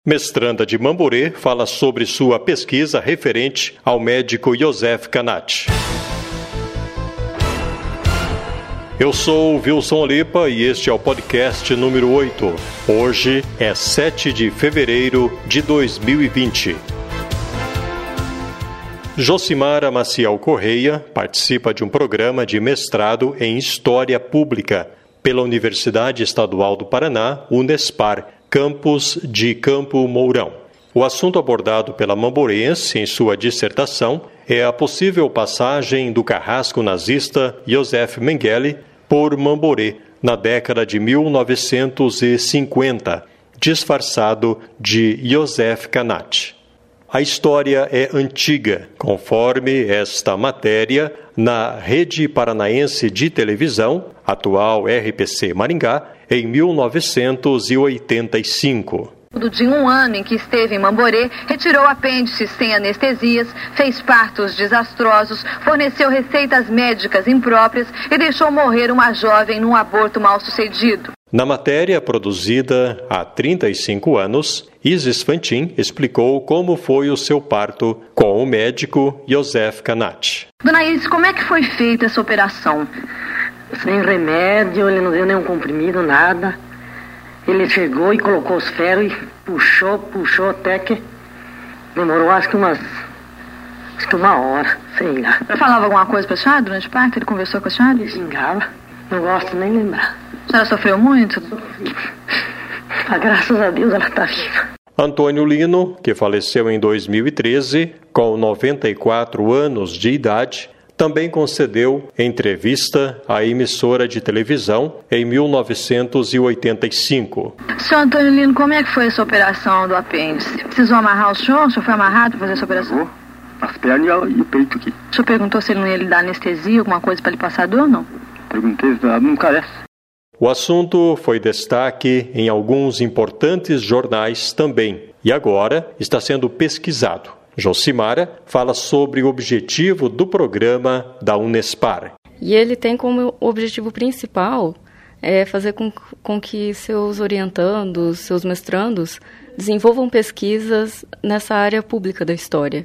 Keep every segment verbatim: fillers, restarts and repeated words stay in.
Mestranda de Mamborê fala sobre sua pesquisa referente ao médico Yosef Kanat. Eu sou Wilson Olipa e este é o podcast número oito. Hoje é sete de fevereiro de dois mil e vinte. Josimara Maciel Correia participa de um programa de mestrado em História Pública pela Universidade Estadual do Paraná, Unespar, campus de Campo Mourão. O assunto abordado pela mamborense em sua dissertação é a possível passagem do carrasco nazista Yosef Mengele por Mamborê na década de mil novecentos e cinquenta, disfarçado de Yosef Kanat. A história é antiga, conforme esta matéria na Rede Paranaense de Televisão, atual R P C Maringá, em mil novecentos e oitenta e cinco. De um ano em que esteve em Mamborê, retirou apêndices sem anestesias, fez partos desastrosos, forneceu receitas médicas impróprias e deixou morrer uma jovem num aborto mal sucedido. Na matéria produzida há trinta e cinco anos, Isis Fantin explicou como foi o seu parto com o médico Yosef Kanat. Dona Isis, como é que foi feita essa operação? Sem remédio, ele não deu nenhum comprimido, nada. Ele chegou e colocou os ferros e puxou, puxou até que demorou acho que umas acho que uma hora, sei lá. Ele falava alguma coisa para a senhora durante o parto? Ele conversou com a senhora? Ele xingava, não gosto nem lembrar. A senhora sofreu muito? Ah, graças a Deus ela está viva. Antônio Lino, que faleceu em dois mil e treze, com noventa e quatro anos de idade, também concedeu entrevista à emissora de televisão em mil novecentos e oitenta e cinco. Senhor Antônio Lino, como é que foi essa operação do apêndice? Precisou amarrar o senhor? O senhor foi amarrado para fazer essa operação? As pernas e o peito aqui. O senhor perguntou se ele não ia lhe dar anestesia, alguma coisa para lhe passar dor ou não? Perguntei, não carece. O assunto foi destaque em alguns importantes jornais também e agora está sendo pesquisado. Josimara fala sobre o objetivo do programa da Unespar. E ele tem como objetivo principal é fazer com, com que seus orientandos, seus mestrandos, desenvolvam pesquisas nessa área pública da história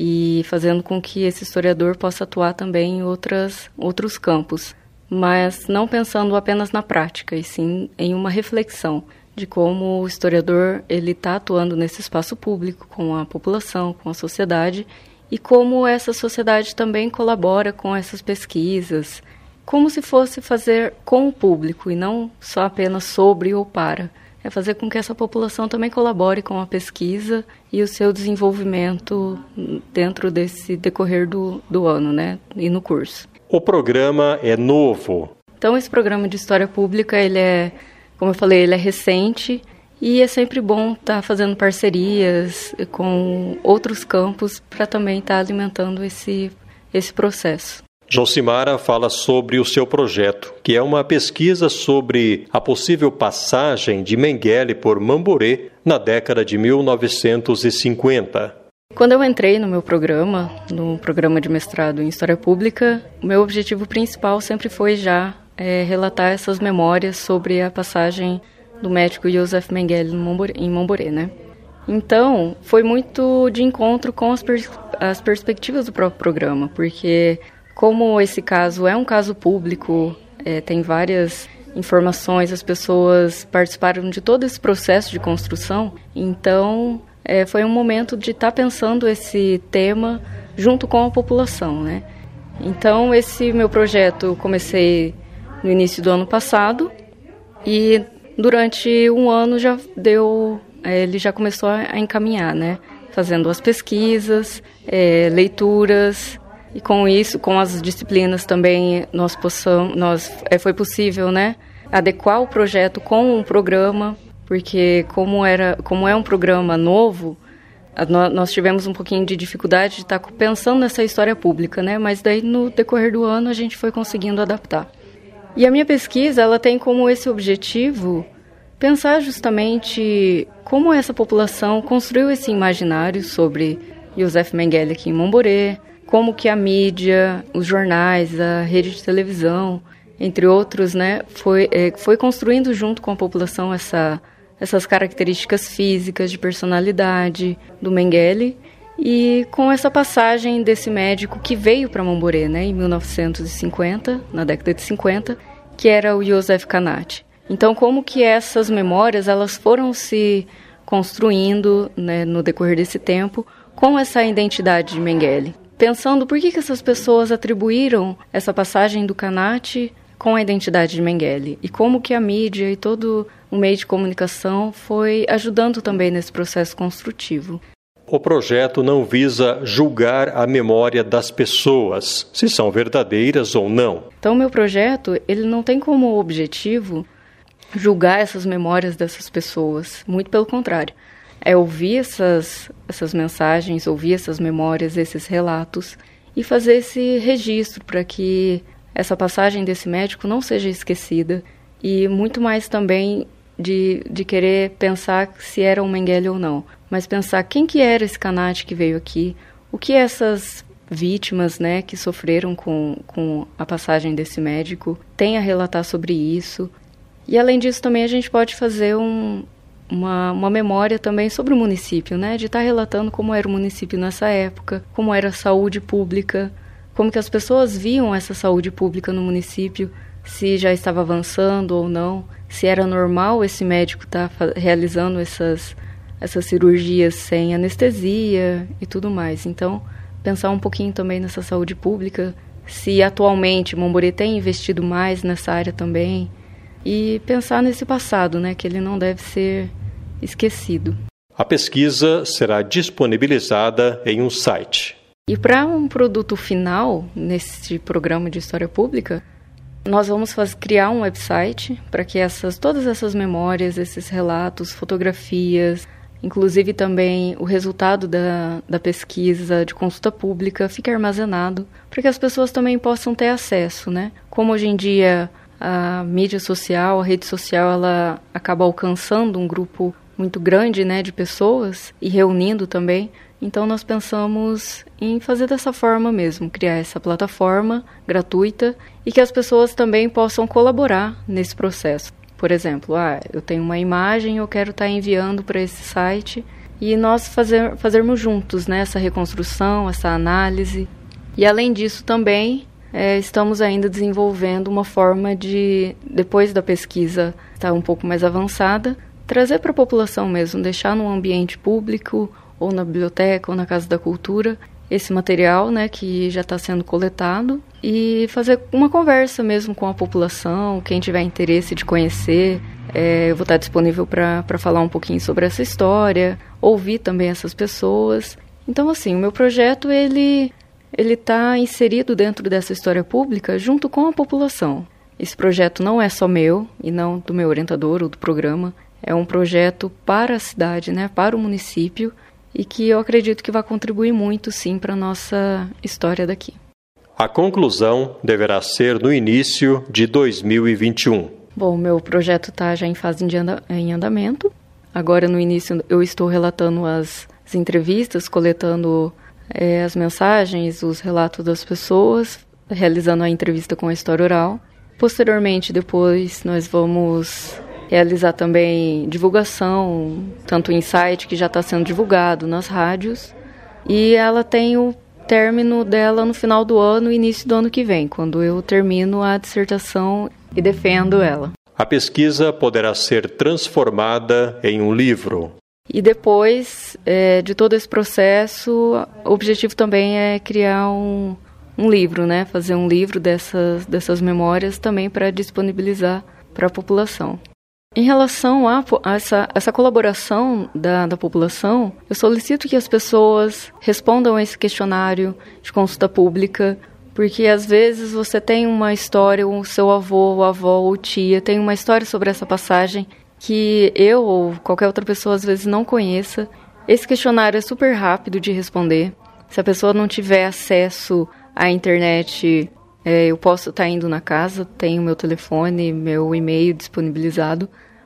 e fazendo com que esse historiador possa atuar também em outras, outros campos, mas não pensando apenas na prática, e sim em uma reflexão de como o historiador ele está atuando nesse espaço público, com a população, com a sociedade, e como essa sociedade também colabora com essas pesquisas, como se fosse fazer com o público e não só apenas sobre ou para. É fazer com que essa população também colabore com a pesquisa e o seu desenvolvimento dentro desse decorrer do, do ano, né, e no curso. O programa é novo. Então, esse programa de História Pública, ele é, como eu falei, ele é recente e é sempre bom estar fazendo parcerias com outros campos para também estar alimentando esse, esse processo. Josimara fala sobre o seu projeto, que é uma pesquisa sobre a possível passagem de Mengele por Mamborê na década de mil novecentos e cinquenta. Quando eu entrei no meu programa, no programa de mestrado em História Pública, o meu objetivo principal sempre foi já é, relatar essas memórias sobre a passagem do médico Yosef Mengele em Mamborê, né? Então, foi muito de encontro com as, pers- as perspectivas do próprio programa, porque como esse caso é um caso público, é, tem várias informações, as pessoas participaram de todo esse processo de construção, então é, foi um momento de estar tá pensando esse tema junto com a população, né? Então, esse meu projeto eu comecei no início do ano passado e durante um ano já deu, é, ele já começou a encaminhar, né? Fazendo as pesquisas, é, leituras. E com isso, com as disciplinas também, nós possamos, nós, é, foi possível, né, adequar o projeto com um programa, porque como, era, como é um programa novo, a, nós tivemos um pouquinho de dificuldade de estar pensando nessa história pública, né, mas daí no decorrer do ano a gente foi conseguindo adaptar. E a minha pesquisa, ela tem como esse objetivo pensar justamente como essa população construiu esse imaginário sobre Yosef Mengele aqui em Mamborê, como que a mídia, os jornais, a rede de televisão, entre outros, né, foi, é, foi construindo junto com a população essa, essas características físicas, de personalidade do Mengele, e com essa passagem desse médico que veio para Mamborê, né, em mil novecentos e cinquenta, na década de cinquenta, que era o Joseph Canatti. Então, como que essas memórias elas foram se construindo, né, no decorrer desse tempo, com essa identidade de Mengele. Pensando por que, que essas pessoas atribuíram essa passagem do Canatti com a identidade de Mengele, e como que a mídia e todo o meio de comunicação foi ajudando também nesse processo construtivo. O projeto não visa julgar a memória das pessoas, se são verdadeiras ou não. Então, o meu projeto, ele não tem como objetivo julgar essas memórias dessas pessoas, muito pelo contrário. É ouvir essas, essas mensagens, ouvir essas memórias, esses relatos, e fazer esse registro para que essa passagem desse médico não seja esquecida, e muito mais também de, de querer pensar se era um Mengele ou não, mas pensar quem que era esse Canatti que veio aqui, o que essas vítimas, né, que sofreram com, com a passagem desse médico têm a relatar sobre isso. E além disso também a gente pode fazer um, uma, uma memória também sobre o município, né, de estar relatando como era o município nessa época, como era a saúde pública, como que as pessoas viam essa saúde pública no município, se já estava avançando ou não, se era normal esse médico estar realizando essas, essas cirurgias sem anestesia e tudo mais. Então, pensar um pouquinho também nessa saúde pública, se atualmente Mamborê tem investido mais nessa área também, e pensar nesse passado, né, que ele não deve ser esquecido. A pesquisa será disponibilizada em um site. E para um produto final, nesse programa de História Pública, nós vamos fazer, criar um website para que essas, todas essas memórias, esses relatos, fotografias, inclusive também o resultado da, da pesquisa de consulta pública fique armazenado, para que as pessoas também possam ter acesso, né? Como hoje em dia a mídia social, a rede social, ela acaba alcançando um grupo muito grande, né, de pessoas e reunindo também. Então, nós pensamos em fazer dessa forma mesmo, criar essa plataforma gratuita e que as pessoas também possam colaborar nesse processo. Por exemplo, ah, eu tenho uma imagem, eu quero estar enviando para esse site e nós fazer, fazermos juntos, né, essa reconstrução, essa análise. E, além disso, também é, estamos ainda desenvolvendo uma forma de, depois da pesquisa estar um pouco mais avançada, trazer para a população mesmo, deixar no ambiente público, ou na biblioteca, ou na Casa da Cultura, esse material, né, que já está sendo coletado, e fazer uma conversa mesmo com a população, quem tiver interesse de conhecer. É, eu vou estar disponível para falar um pouquinho sobre essa história, ouvir também essas pessoas. Então, assim, o meu projeto, ele ele está inserido dentro dessa história pública junto com a população. Esse projeto não é só meu, e não do meu orientador ou do programa, é um projeto para a cidade, né, para o município, e que eu acredito que vai contribuir muito, sim, para a nossa história daqui. A conclusão deverá ser no início de dois mil e vinte e um. Bom, meu projeto está já em fase de anda- em andamento. Agora, no início, eu estou relatando as, as entrevistas, coletando é, as mensagens, os relatos das pessoas, realizando a entrevista com a história oral. Posteriormente, depois, nós vamos realizar também divulgação, tanto em site que já está sendo divulgado nas rádios, e ela tem o término dela no final do ano e início do ano que vem, quando eu termino a dissertação e defendo ela. A pesquisa poderá ser transformada em um livro. E depois é, de todo esse processo, o objetivo também é criar um, um livro, né? Fazer um livro dessas, dessas memórias também para disponibilizar para a população. Em relação a, a essa, essa colaboração da, da população, eu solicito que as pessoas respondam a esse questionário de consulta pública, porque às vezes você tem uma história, o seu avô, o avó ou tia tem uma história sobre essa passagem que eu ou qualquer outra pessoa às vezes não conheça. Esse questionário é super rápido de responder. Se a pessoa não tiver acesso à internet, é, eu posso estar indo na casa, tenho meu telefone, meu e-mail disponibilizado,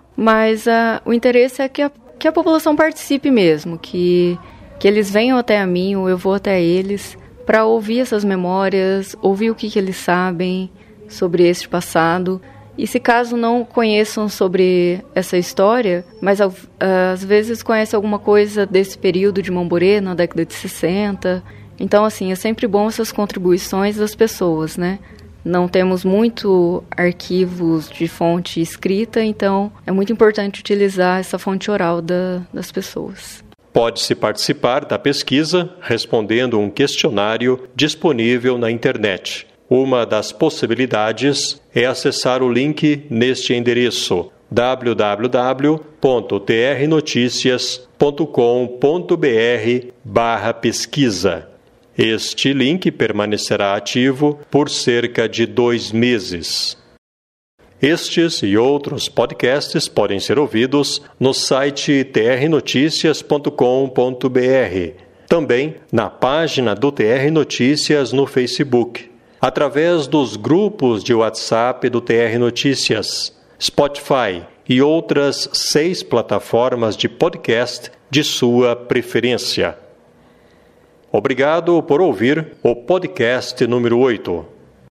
mas uh, o interesse é que a, que a população participe mesmo, que, que eles venham até a mim ou eu vou até eles para ouvir essas memórias, ouvir o que, que eles sabem sobre este passado E se caso não conheçam sobre essa história, mas às vezes conhecem alguma coisa desse período de Mamborê, na década de sessenta. Então, assim, é sempre bom essas contribuições das pessoas, né? Não temos muito arquivos de fonte escrita, então é muito importante utilizar essa fonte oral da, das pessoas. Pode-se participar da pesquisa respondendo um questionário disponível na internet. Uma das possibilidades é acessar o link neste endereço w w w ponto t r noticias ponto com ponto b r barra pesquisa. Este link permanecerá ativo por cerca de dois meses. Estes e outros podcasts podem ser ouvidos no site t r noticias ponto com ponto b r, também na página do T R Notícias no Facebook, através dos grupos de WhatsApp do T R Notícias, Spotify e outras seis plataformas de podcast de sua preferência. Obrigado por ouvir o podcast número oito.